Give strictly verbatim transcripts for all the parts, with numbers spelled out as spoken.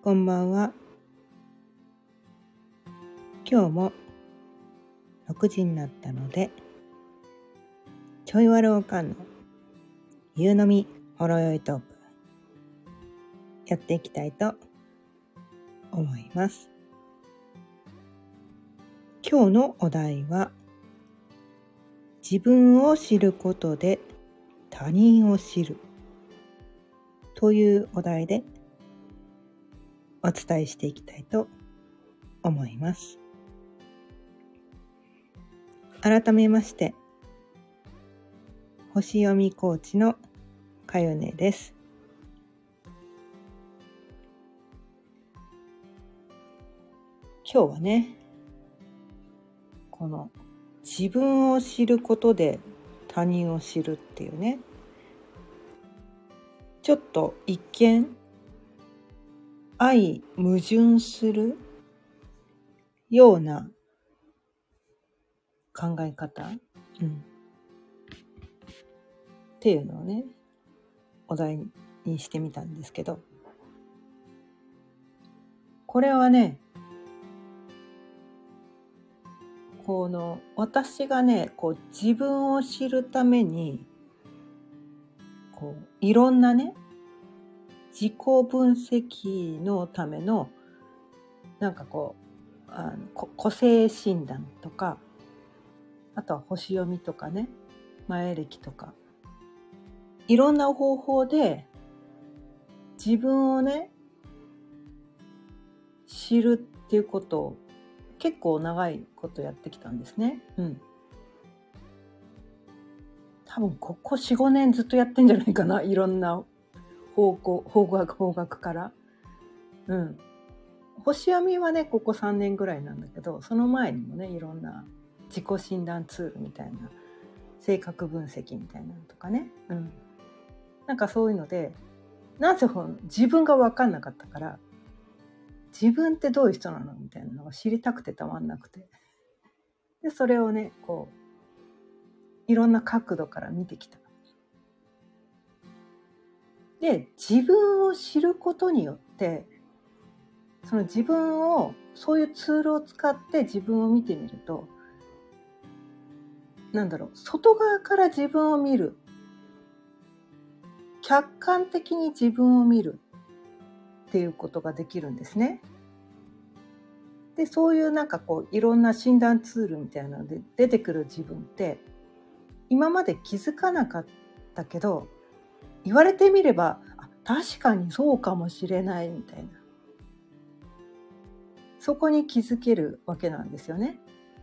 こんばんは。今日もろくじになったので、ちょいわるおかんの夕飲みほろよいトークやっていきたいと思います。今日のお題は、自分を知ることで他人を知るというお題でお伝えしていきたいと思います。改めまして、星読みコーチのかよねです。今日はね、この自分を知ることで他人を知るっていうね、ちょっと一見相矛盾するような考え方、うん、っていうのをね、お題にしてみたんですけど、これはね、この私がね、こう自分を知るためにこういろんなね、自己分析のためのなんかこうあの個性診断とか、あとは星読みとかね、前歴とか、いろんな方法で自分をね知るっていうことを結構長いことやってきたんですね。うん。多分ここ よん,ご 年ずっとやってんじゃないかな。いろんな方向、方角、方角から。うん。星読みはね、ここさんねんぐらいなんだけど、その前にもね、いろんな自己診断ツールみたいな、性格分析みたいなのとかね。うん。なんかそういうので、なんせ自分が分かんなかったから、自分ってどういう人なのみたいなのを知りたくてたまんなくて。で、それをね、こう、いろんな角度から見てきた。で、自分を知ることによって、その自分を、そういうツールを使って自分を見てみると、なんだろう、外側から自分を見る。客観的に自分を見るっていうことができるんですね。で、そういうなんかこういろんな診断ツールみたいなので出てくる自分って今まで気づかなかったけど、言われてみればあ確かにそうかもしれないみたいな、そこに気づけるわけなんですよね。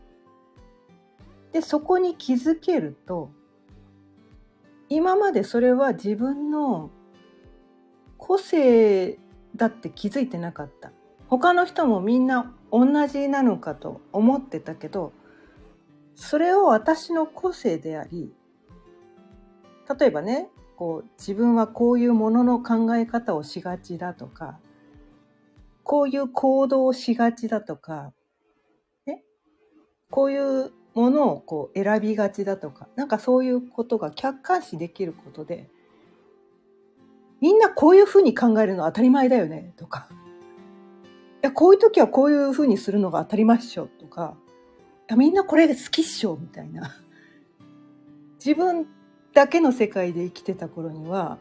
で、そこに気づけると、今までそれは自分の個性だって気づいてなかった。他の人もみんな同じなのかと思ってたけど、それを私の個性であり、例えばね、こう自分はこういうものの考え方をしがちだとか、こういう行動をしがちだとか、ね、こういうものをこう選びがちだとか、なんかそういうことが客観視できることで、みんなこういうふうに考えるのは当たり前だよねとか、いやこういう時はこういうふうにするのが当たり前っしょとか、いやみんなこれ好きっしょみたいな。自分だけの世界で生きてた頃には、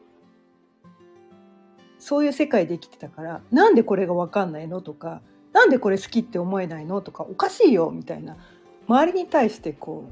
そういう世界で生きてたから、なんでこれが分かんないのとか、なんでこれ好きって思えないのとか、おかしいよみたいな、周りに対してこ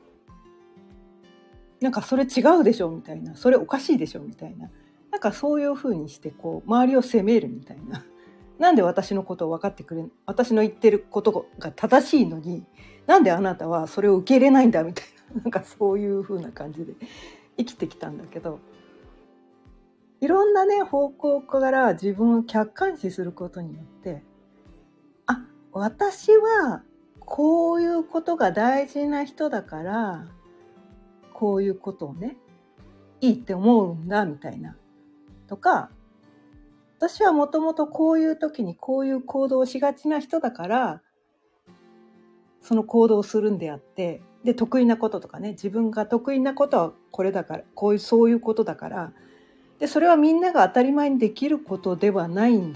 うなんかそれ違うでしょみたいな、それおかしいでしょみたいな、なんかそういう風にしてこう周りを責めるみたいな、なんで私のことを分かってくれん、私の言ってることが正しいのになんであなたはそれを受け入れないんだみたいな、なんかそういう風な感じで生きてきたんだけど、いろんなね方向から自分を客観視することによって、あ、私はこういうことが大事な人だからこういうことをねいいって思うんだみたいなとか、私はもともとこういう時にこういう行動をしがちな人だからその行動をするんであって、で得意なこととかね、自分が得意なことはこれだから、こういうそういうことだから、でそれはみんなが当たり前にできることではないんだ。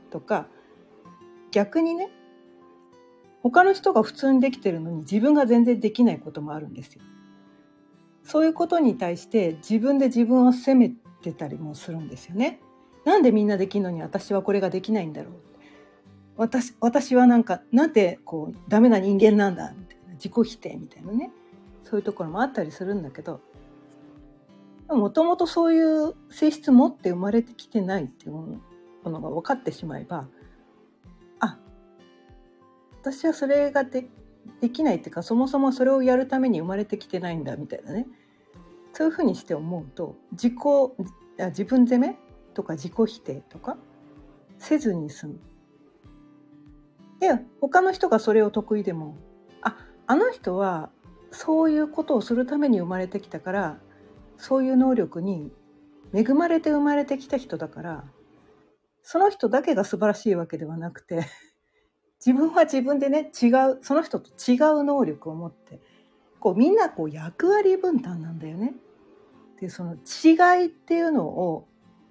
とか、逆にね、他の人が普通にできてるのに自分が全然できないこともあるんですよ。そういうことに対して自分で自分を責めてたりもするんですよね。なんでみんなできるのに私はこれができないんだろう。私、私はなんかなんてこうダメな人間なんだみたいな、自己否定みたいなね、そういうところもあったりするんだけど、もともとそういう性質持って生まれてきてないっていうものが分かってしまえば、あ、私はそれがでできないっていうか、そもそもそれをやるために生まれてきてないんだみたいなね、そういうふうにして思うと、自己あ自分責めとか自己否定とかせずに済む。で、他の人がそれを得意でも、あ、あの人はそういうことをするために生まれてきたから、そういう能力に恵まれて生まれてきた人だから、その人だけが素晴らしいわけではなくて、自分は自分でね、違う、その人と違う能力を持って、こうみんなこう役割分担なんだよね。で、その違いっていうのを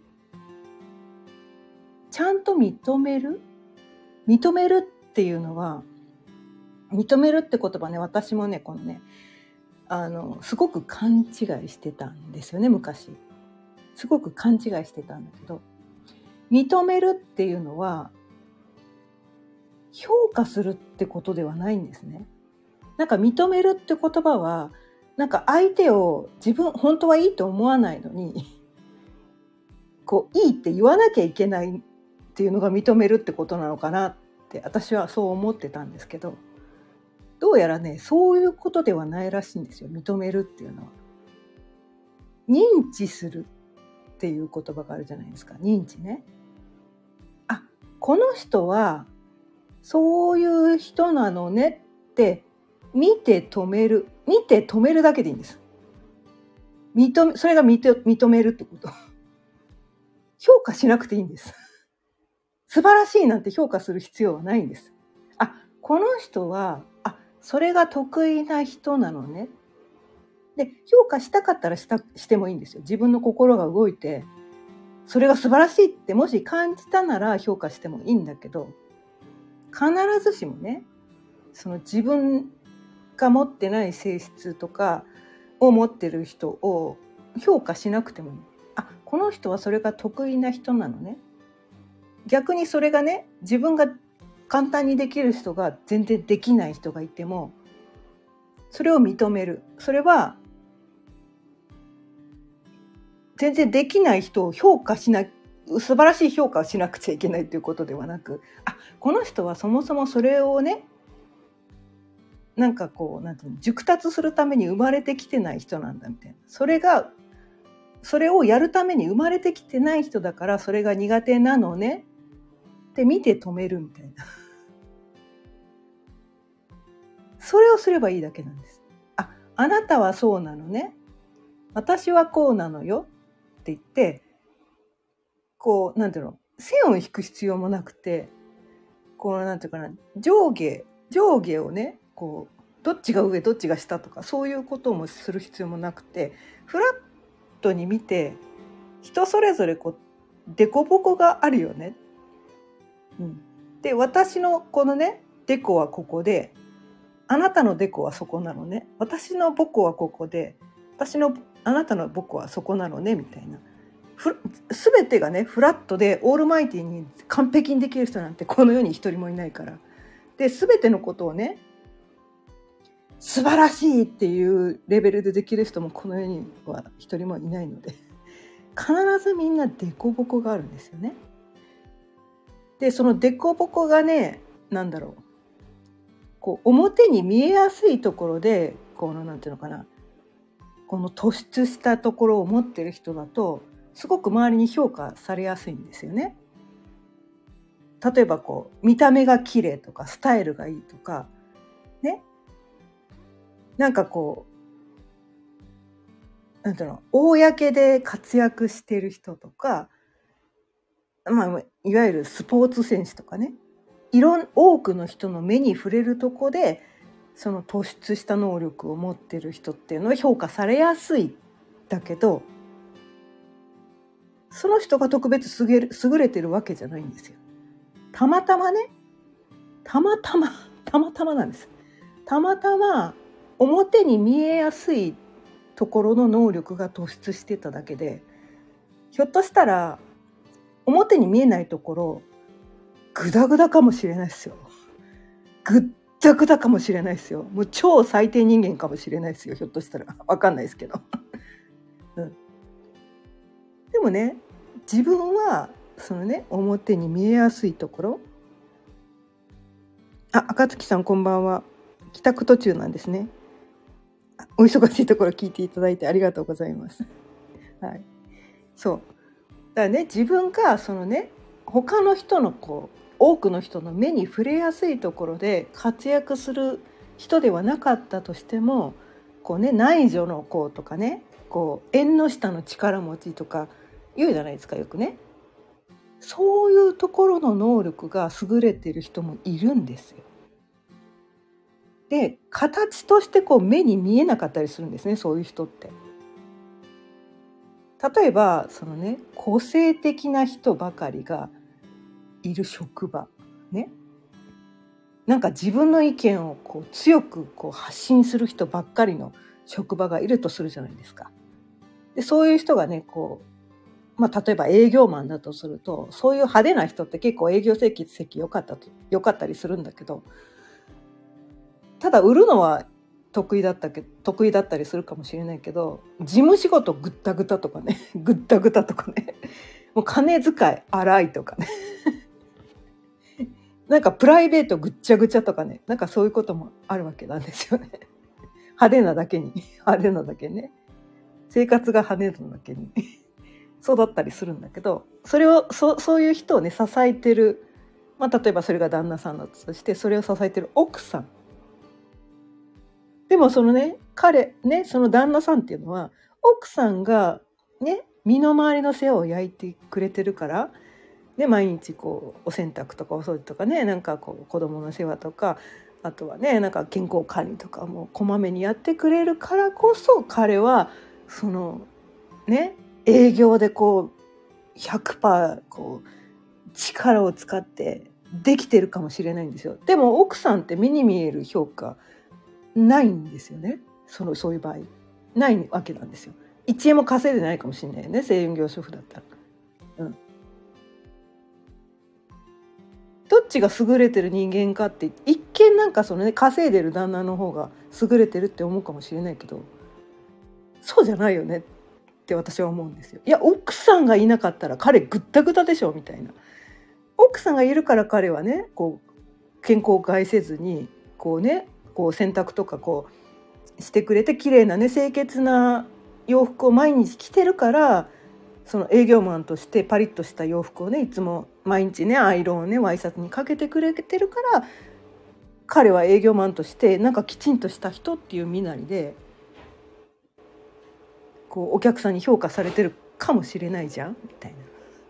ちゃんと認める認めるっていうのは、認めるって言葉ね、私もね、このね、あのすごく勘違いしてたんですよね、昔。すごく勘違いしてたんだけど、認めるっていうのは評価するってことではないんですね。なんか認めるって言葉は、なんか相手を自分本当はいいと思わないのに、こういいって言わなきゃいけないっていうのが認めるってことなのかなって私はそう思ってたんですけど、どうやらね、そういうことではないらしいんですよ、認めるっていうのは。認知するっていう言葉があるじゃないですか、認知ね。あ、この人はそういう人なのねって見て止める。見て止めるだけでいいんです。認め、それが認、認めるってこと。評価しなくていいんです。素晴らしいなんて評価する必要はないんです。あ、この人は、あ、それが得意な人なのね。で、評価したかったらした、してもいいんですよ。自分の心が動いて、それが素晴らしいってもし感じたなら評価してもいいんだけど、必ずしもね、その自分が持ってない性質とかを持ってる人を評価しなくてもいい。あ、この人はそれが得意な人なのね。逆にそれがね、自分が簡単にできる人が全然できない人がいても、それを認める。それは全然できない人を評価しな、素晴らしい評価をしなくちゃいけないということではなく、あ、この人はそもそもそれをね、なんかこう、なんていうの、熟達するために生まれてきてない人なんだみたいな。それが、それをやるために生まれてきてない人だから、それが苦手なのねって見て止めるみたいな。それをすればいいだけなんです。あ、あなたはそうなのね。私はこうなのよって言って、こう、なんていうの、線を引く必要もなくて、こう、なんていうかな、上下、上下をね、こう、どっちが上、どっちが下とか、そういうこともする必要もなくて、フラットに見て、人それぞれこう、デコボコがあるよね。うん。で、私のこのね、デコはここで、あなたのデコはそこなのね。私のボコはここで、私の、あなたのボコはそこなのね、みたいな。すべてがね、フラットでオールマイティに完璧にできる人なんてこの世に一人もいないから。で、すべてのことをね、素晴らしいっていうレベルでできる人もこの世には一人もいないので、必ずみんなデコボコがあるんですよね。で、そのデコボコがね、なんだろう、こう表に見えやすいところで、このなんていうのかな、この突出したところを持ってる人だと、すごく周りに評価されやすいんですよね。例えばこう見た目が綺麗とかスタイルがいいとかね、なんかこうなんていうの、公で活躍してる人とか、まあいわゆるスポーツ選手とかね、いろん多くの人の目に触れるとこでその突出した能力を持ってる人っていうのは評価されやすいだけど、その人が特別優れてるわけじゃないんですよ。 たまたまねたまたまたまたまなんです。たまたま表に見えやすいところの能力が突出してただけで、ひょっとしたら表に見えないところグダグダかもしれないですよ。グッダグダかもしれないですよ。もう超最低人間かもしれないですよ。ひょっとしたらわかんないですけど、うん、でもね、自分はそのね表に見えやすいところ、あ、赤月さんこんばんは。帰宅途中なんですね。お忙しいところ聞いていただいてありがとうございます。はい、そうだからね、自分がそのね他の人のこう多くの人の目に触れやすいところで活躍する人ではなかったとしても、こうね内助の功とかね、こう縁の下の力持ちとか言うじゃないですか、よくね。そういうところの能力が優れている人もいるんですよ。で、形としてこう目に見えなかったりするんですね、そういう人って。例えばそのね個性的な人ばかりがいる職場ね、なんか自分の意見をこう強くこう発信する人ばっかりの職場がいるとするじゃないですか。で、そういう人がねこう、まあ、例えば営業マンだとすると、そういう派手な人って結構営業成績良かったと良かったりするんだけど、ただ売るのは得意だったけ得意だったりするかもしれないけど、事務仕事ぐったぐたとかねぐったぐたとかね、もう金遣い荒いとかねなんかプライベートぐっちゃぐちゃとかね、なんかそういうこともあるわけなんですよね。派手なだけに派手なだけね、生活が派手なだけにそうだったりするんだけど、それを そ, そういう人をね支えてる、まあ、例えばそれが旦那さんだとして、それを支えてる奥さんでも、そのね彼ねその旦那さんっていうのは奥さんがね身の回りの世話を焼いてくれてるから、で毎日こうお洗濯とかお掃除とかね、なんかこう子供の世話とか、あとはねなんか健康管理とかもこまめにやってくれるからこそ、彼はそのね営業でこう ひゃくパーセント こう力を使ってできてるかもしれないんですよ。でも奥さんって目に見える評価ないんですよね。そのそういう場合ないわけなんですよ。いちえんも稼いでないかもしれないよね、専業主婦だったら。うん、どっちが優れてる人間かって、一見なんかそのね稼いでる旦那の方が優れてるって思うかもしれないけど、そうじゃないよねって私は思うんですよ。いや、奥さんがいなかったら彼グッタグタでしょみたいな。奥さんがいるから彼はねこう健康を害せずにこうねこう洗濯とかこうしてくれて、綺麗なね清潔な洋服を毎日着てるから、その営業マンとしてパリッとした洋服をねいつも毎日ねアイロンをねワイシャツにかけてくれてるから、彼は営業マンとしてなんかきちんとした人っていう身なりでこうお客さんに評価されてるかもしれないじゃんみたいな。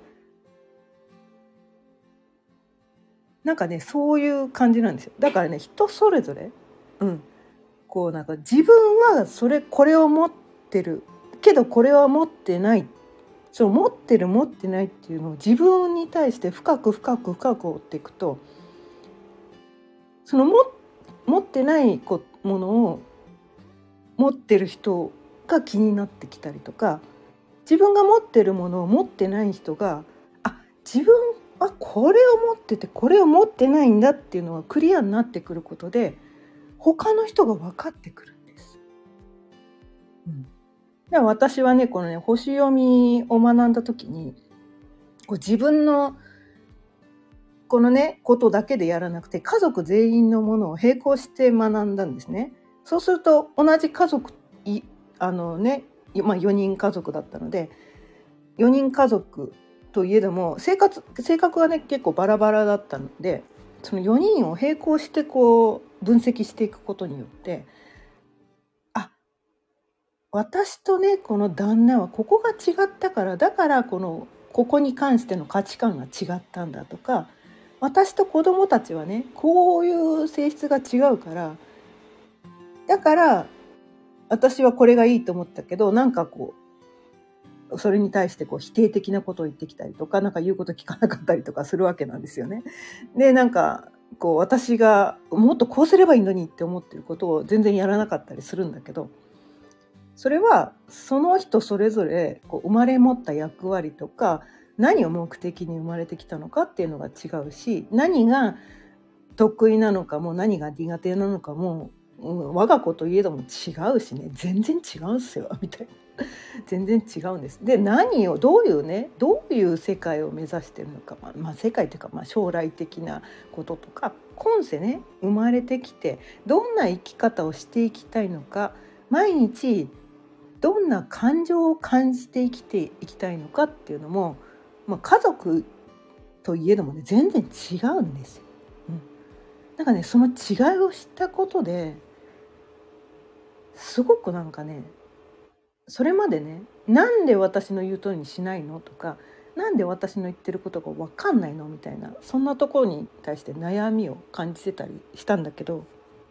なんかねそういう感じなんですよ。だからね人それぞれ、うん、こうなんか自分はそれこれを持ってるけどこれは持ってない、そう持ってる持ってないっていうのを自分に対して深く深く深く追っていくと、そのも持ってないものを持ってる人が気になってきたりとか、自分が持ってるものを持ってない人が、あ、自分はこれを持っててこれを持ってないんだっていうのがクリアになってくることで、他の人が分かってくるんです。うん、でも私はねこのね星読みを学んだ時に、こう自分のこのねことだけでやらなくて、家族全員のものを並行して学んだんですね。そうすると同じ家族いあのね、まあ、よにん家族だったので、よにん家族といえども生活性格がね結構バラバラだったので、そのよにんを並行してこう分析していくことによって、あ、私とねこの旦那はここが違ったから、だからこのここに関しての価値観が違ったんだとか、私と子供たちはねこういう性質が違うから、だから私はこれがいいと思ったけど、なんかこそれに対してこう否定的なことを言ってきたりとか、なんか言うこと聞かなかったりとかするわけなんですよね。でなんかこう私がもっとこうすればいいのにって思ってることを全然やらなかったりするんだけど、それはその人それぞれこう生まれ持った役割とか、何を目的に生まれてきたのかっていうのが違うし、何が得意なのかも何が苦手なのかも、うん、我が子といえども違うしね、全然違うんすよみたいな。全然違うんです。で何をどういうねどういう世界を目指してるのか、まあ、まあ世界というか、まあ、将来的なこととか、今世ね生まれてきてどんな生き方をしていきたいのか、毎日どんな感情を感じて生きていきたいのかっていうのも、まあ、家族といえどもね全然違うんですよ。うん、なんかねその違いを知ったことですごくなんかね、それまでね、なんで私の言う通りにしないのとか、なんで私の言ってることが分かんないのみたいな、そんなところに対して悩みを感じてたりしたんだけど、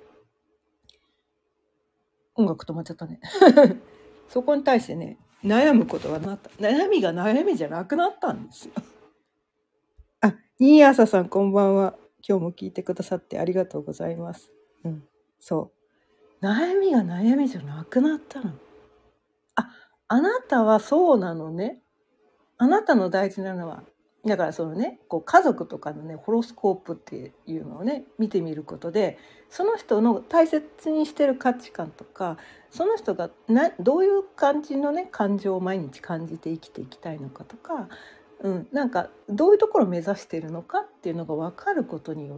音楽止まっちゃったね。そこに対してね悩むことがなった。悩みが悩みじゃなくなったんですよ。あ、新朝さんこんばんは。今日も聞いてくださってありがとうございます。うん、そう悩みが悩みじゃなくなったの。あ、あなたはそうなのね。あなたの大事なのは、だからそのねこう家族とかのねホロスコープっていうのをね見てみることで、その人の大切にしてる価値観とか、その人がなどういう感じのね感情を毎日感じて生きていきたいのかとか、うん、なんかどういうところを目指しているのかっていうのが分かることによって、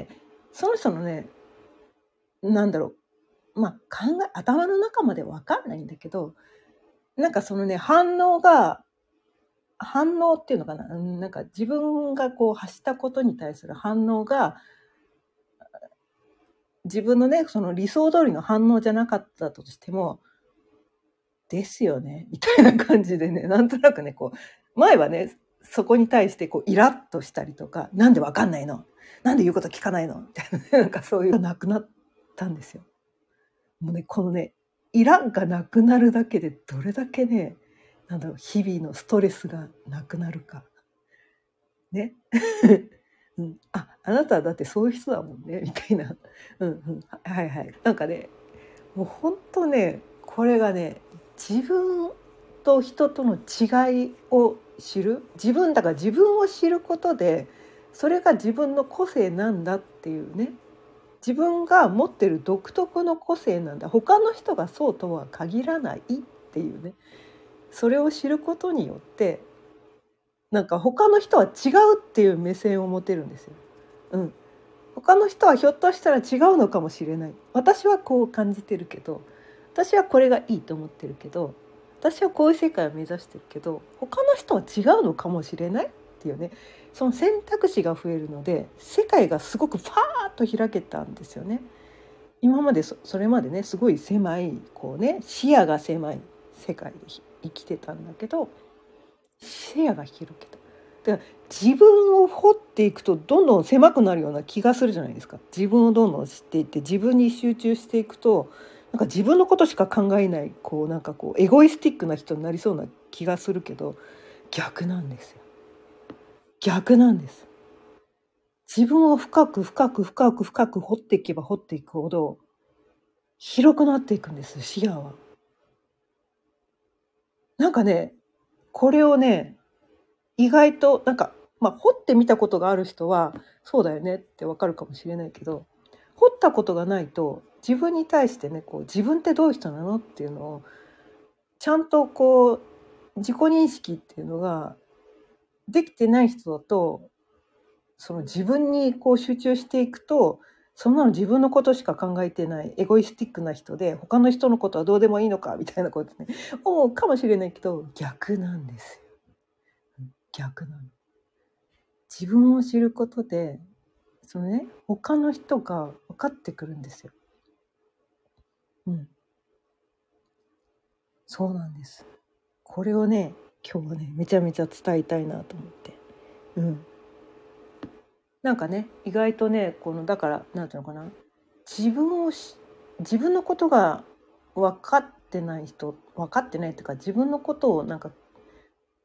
その人のねなんだろう、まあ考え頭の中まで分かんないんだけど、なんかそのね反応が反応っていうのかな、うん、なんか自分がこう発したことに対する反応が自分のねその理想通りの反応じゃなかったとしても、ですよねみたいな感じでね、なんとなくねこう前はねそこに対してこうイラッとしたりとか、なんでわかんないの、なんで言うこと聞かないのみたいな、ね、なんかそういうのがなくなったんですよ。もうねこのねイラがなくなるだけでどれだけね、なんだろう、日々のストレスがなくなるかね。うん、あ、あなたはだってそういう人だもんねみたいな、うんうん、はいはい、なんかねもうほんとねこれがね自分と人との違いを知る、自分だから自分を知ることで、それが自分の個性なんだっていうね、自分が持ってる独特の個性なんだ、他の人がそうとは限らないっていうね、それを知ることによってなんか他の人は違うっていう目線を持てるんですよ。うん、他の人はひょっとしたら違うのかもしれない。私はこう感じてるけど、私はこれがいいと思ってるけど、私はこういう世界を目指してるけど、他の人は違うのかもしれないっていうね、その選択肢が増えるので、世界がすごくファーッと開けたんですよね。今まで そ, それまでねすごい狭いこうね視野が狭い世界で生きてたんだけど、視野が広げた。だから自分を掘っていくとどんどん狭くなるような気がするじゃないですか。自分をどんどん知っていって自分に集中していくと、なんか自分のことしか考えないこうなんかこうエゴイスティックな人になりそうな気がするけど、逆なんですよ。逆なんです。自分を深く深く深く深く掘っていけば掘っていくほど広くなっていくんです、視野は。なんかねこれをね意外となんか、まあ、掘ってみたことがある人はそうだよねってわかるかもしれないけど、掘ったことがないと自分に対してねこう自分ってどういう人なのっていうのをちゃんとこう自己認識っていうのができてない人だと、その自分にこう集中していくと、そんなの自分のことしか考えてないエゴイスティックな人で、他の人のことはどうでもいいのかみたいなことね思うかもしれないけど、逆なんですよ。逆なの。自分を知ることでそのね他の人が分かってくるんですよ。うん、そうなんです。これをね今日はねめちゃめちゃ伝えたいなと思って、うん、なんかね意外とねこのだからなんていうのかな、自分をし自分のことが分かってない人、分かってないっていうか自分のことをなんか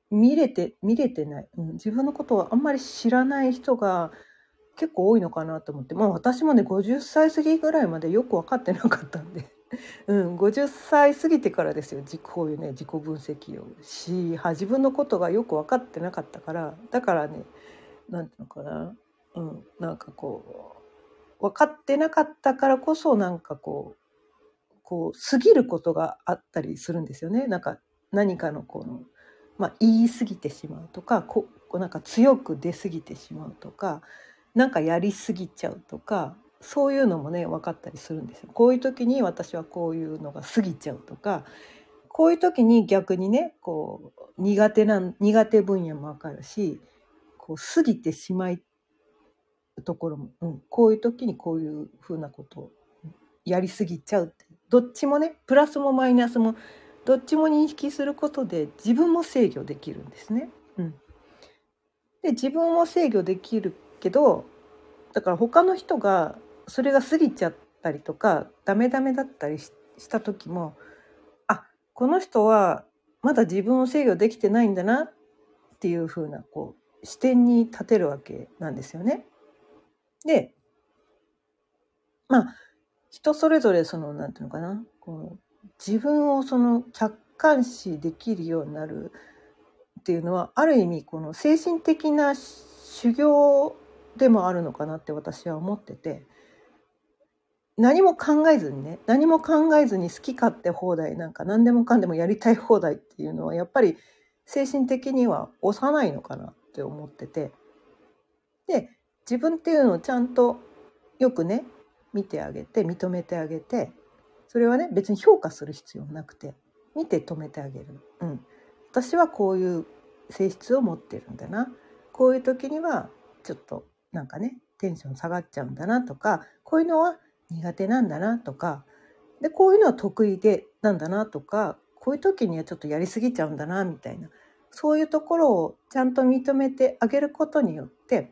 見れて見れてない、うん、自分のことをあんまり知らない人が結構多いのかなと思って、まあ私もねごじゅっさい過ぎぐらいまでよく分かってなかったんで、うん、ごじゅっさい過ぎてからですよ、自こういうね自己分析をしは自分のことがよく分かってなかったから、だからね、なんていうのかな、うん、なんかこう分かってなかったからこそ、なんかこうこう過ぎることがあったりするんですよね。なんか何かのこの、まあ、言い過ぎてしまうとか、ここうなんか強く出過ぎてしまうとか、なんかやりすぎちゃうとか、そういうのもね分かったりするんですよ。こういう時に私はこういうのが過ぎちゃうとか、こういう時に逆にねこう苦手な苦手分野も分かるし、こう過ぎてしまいところも、うん、こういう時にこういうふうなことをやりすぎちゃうって、どっちもねプラスもマイナスもどっちも認識することで自分も制御できるんですね。うん、で自分を制御できるけど、だから他の人がそれが過ぎちゃったりとかダメダメだったりしした時も、あ、この人はまだ自分を制御できてないんだなっていう風なこう視点に立てるわけなんですよね。で、まあ人それぞれそのなんていうのかな、こう自分をその客観視できるようになるっていうのは、ある意味この精神的な修行でもあるのかなって私は思ってて、何も考えずにね何も考えずに好き勝手放題、なんか何でもかんでもやりたい放題っていうのはやっぱり精神的には幼いのかなって思ってて、で自分っていうのをちゃんとよくね見てあげて認めてあげて、それはね別に評価する必要なくて見て止めてあげる、うん、私はこういう性質を持ってるんだな、こういう時にはちょっとなんかねテンション下がっちゃうんだなとか、こういうのは苦手なんだなとか、でこういうのは得意でなんだなとか、こういう時にはちょっとやりすぎちゃうんだなみたいな、そういうところをちゃんと認めてあげることによって、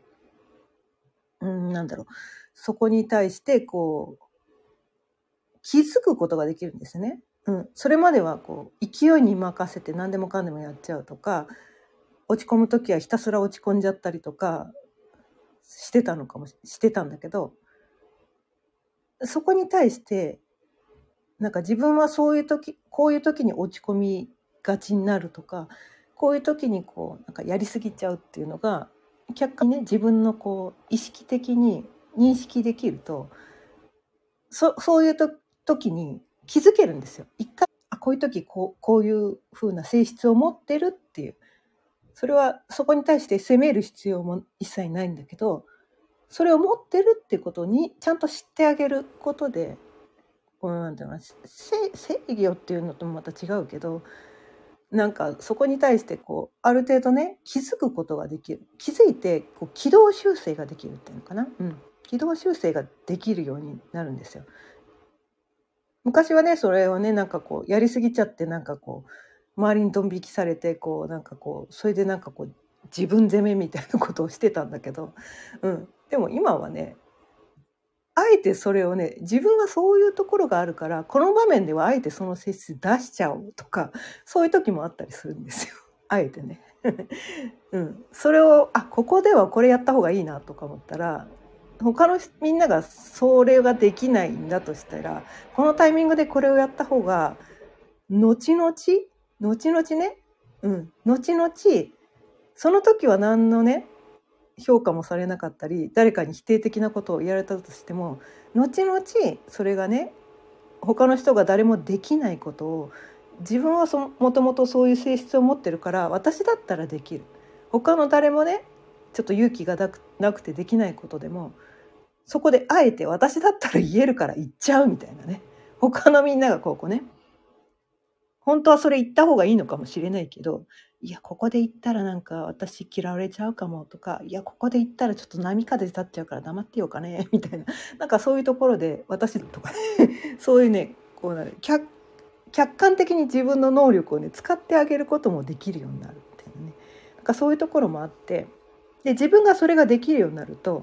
うん、なんだろう、そこに対してこう気づくことができるんですね。うん、それまではこう勢いに任せて何でもかんでもやっちゃうとか、落ち込む時はひたすら落ち込んじゃったりとかしてたのかもししてたんだけど、そこに対してなんか自分はそういう時こういう時に落ち込みがちになるとか、こういう時にこうなんかやりすぎちゃうっていうのが客観にね自分のこう意識的に認識できると、そそういうと時に気づけるんですよ。一回、あ、こういう時こうこういう風な性質を持ってるっていう、それはそこに対して責める必要も一切ないんだけど、それを持ってるってことにちゃんと知ってあげることで、このなんていうのかな、せ制御っていうのともまた違うけど、なんかそこに対してこうある程度ね気づくことができる、気づいてこう軌道修正ができるっていうのかな、うん、軌道修正ができるようになるんですよ。昔はねそれをねなんかこうやりすぎちゃって、なんかこう周りにドン引きされて、こうなんかこうそれでなんかこう自分責めみたいなことをしてたんだけど、うん、でも今はねあえてそれをね、自分はそういうところがあるからこの場面ではあえてその性質出しちゃおうとか、そういう時もあったりするんですよ。あえてね、うん、それをあここではこれやった方がいいなとか思ったら、他のみんながそれができないんだとしたら、このタイミングでこれをやった方が後々後々ね、うん、後々その時は何のね評価もされなかったり誰かに否定的なことを言われたとしても、後々それがね他の人が誰もできないことを、自分はそもともとそういう性質を持ってるから私だったらできる、他の誰もねちょっと勇気がなくなくてできないことでも、そこであえて私だったら言えるから言っちゃうみたいなね、他のみんながこうこうね、本当はそれ言った方がいいのかもしれないけど、いやここで言ったらなんか私嫌われちゃうかもとか、いやここで言ったらちょっと波風立っちゃうから黙ってようかねみたいな、なんかそういうところで私とかそういうねこうなる客客観的に自分の能力をね使ってあげることもできるようになるっていうね、なんかそういうところもあって、で自分がそれができるようになると、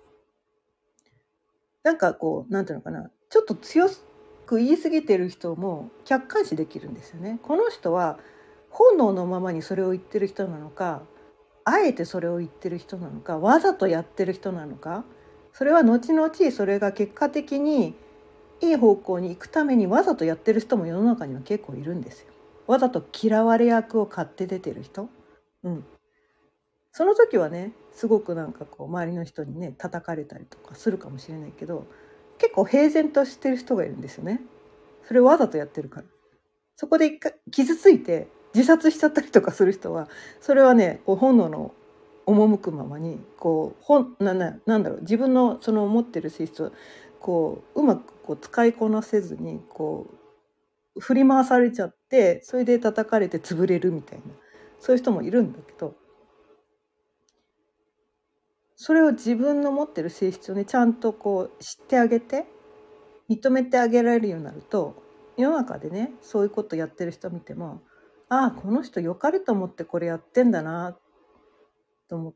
なんかこうなんていうのかな、ちょっと強く言い過ぎてる人も客観視できるんですよね。この人は本能のままにそれを言ってる人なのか、あえてそれを言ってる人なのか、わざとやってる人なのか、それは後々それが結果的にいい方向に行くためにわざとやってる人も世の中には結構いるんですよ。わざと嫌われ役を買って出てる人、うん、その時はねすごくなんかこう周りの人にね叩かれたりとかするかもしれないけど、結構平然としてる人がいるんですよね。それをわざとやってるから。そこで一回傷ついて自殺しちゃったりとかする人は、それはねこう本能の赴くままにこう本なななんだろう、自分のその持ってる性質をこううまくこう使いこなせずにこう振り回されちゃって、それで叩かれて潰れるみたいな、そういう人もいるんだけど、それを自分の持ってる性質をねちゃんとこう知ってあげて認めてあげられるようになると、世の中でねそういうことやってる人見ても、ああこの人良かれと思ってこれやってんだなと思って、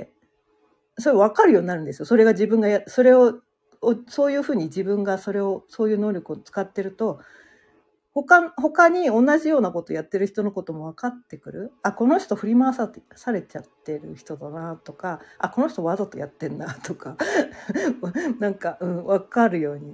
それ分かるようになるんですよ。それが自分がやそれをそういうふうに自分がそれをそういう能力を使ってると、他他に同じようなことやってる人のことも分かってくる。あこの人振り回さされちゃってる人だなとか、あこの人わざとやってんなとかなんか、うん、分かるように